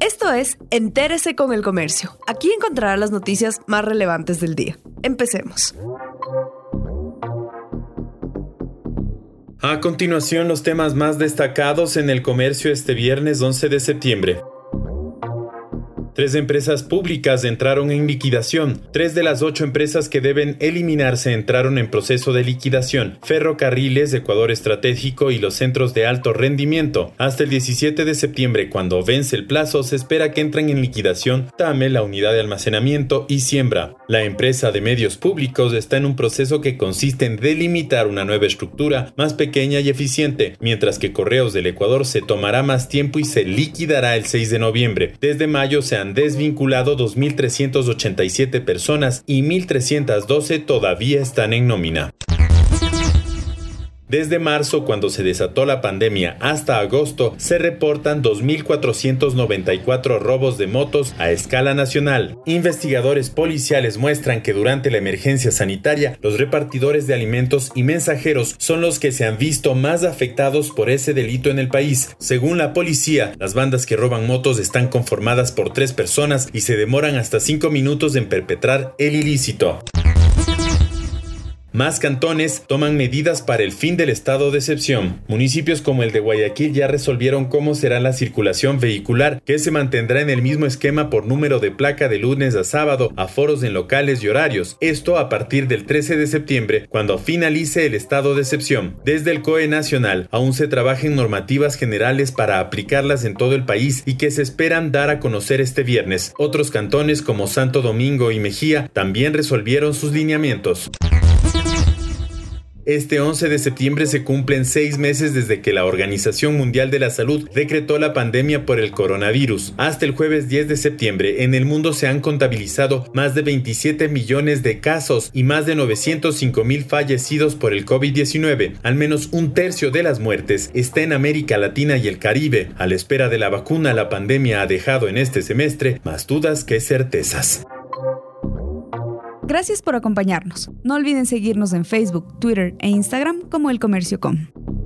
Esto es Entérese con el Comercio. Aquí encontrará las noticias más relevantes del día. Empecemos. A continuación, los temas más destacados en el comercio este viernes 11 de septiembre. 3 empresas públicas entraron en liquidación. 3 de las 8 empresas que deben eliminarse entraron en proceso de liquidación: Ferrocarriles, Ecuador Estratégico y los centros de alto rendimiento. Hasta el 17 de septiembre, cuando vence el plazo, se espera que entren en liquidación TAME, la unidad de almacenamiento, y Siembra. La empresa de medios públicos está en un proceso que consiste en delimitar una nueva estructura más pequeña y eficiente, mientras que Correos del Ecuador se tomará más tiempo y se liquidará el 6 de noviembre. Desde mayo se han desvinculado 2.387 personas y 1.312 todavía están en nómina. Desde marzo, cuando se desató la pandemia, hasta agosto, se reportan 2.494 robos de motos a escala nacional. Investigadores policiales muestran que durante la emergencia sanitaria, los repartidores de alimentos y mensajeros son los que se han visto más afectados por ese delito en el país. Según la policía, las bandas que roban motos están conformadas por 3 personas y se demoran hasta 5 minutos en perpetrar el ilícito. Más cantones toman medidas para el fin del estado de excepción. Municipios como el de Guayaquil ya resolvieron cómo será la circulación vehicular, que se mantendrá en el mismo esquema por número de placa de lunes a sábado, aforos en locales y horarios. Esto a partir del 13 de septiembre, cuando finalice el estado de excepción. Desde el COE Nacional, aún se trabaja en normativas generales para aplicarlas en todo el país y que se esperan dar a conocer este viernes. Otros cantones como Santo Domingo y Mejía también resolvieron sus lineamientos. Este 11 de septiembre se cumplen 6 meses desde que la Organización Mundial de la Salud decretó la pandemia por el coronavirus. Hasta el jueves 10 de septiembre, en el mundo se han contabilizado más de 27 millones de casos y más de 905,000 fallecidos por el COVID-19. Al menos un tercio de las muertes está en América Latina y el Caribe. A la espera de la vacuna, la pandemia ha dejado en este semestre más dudas que certezas. Gracias por acompañarnos. No olviden seguirnos en Facebook, Twitter e Instagram como El Comercio.com.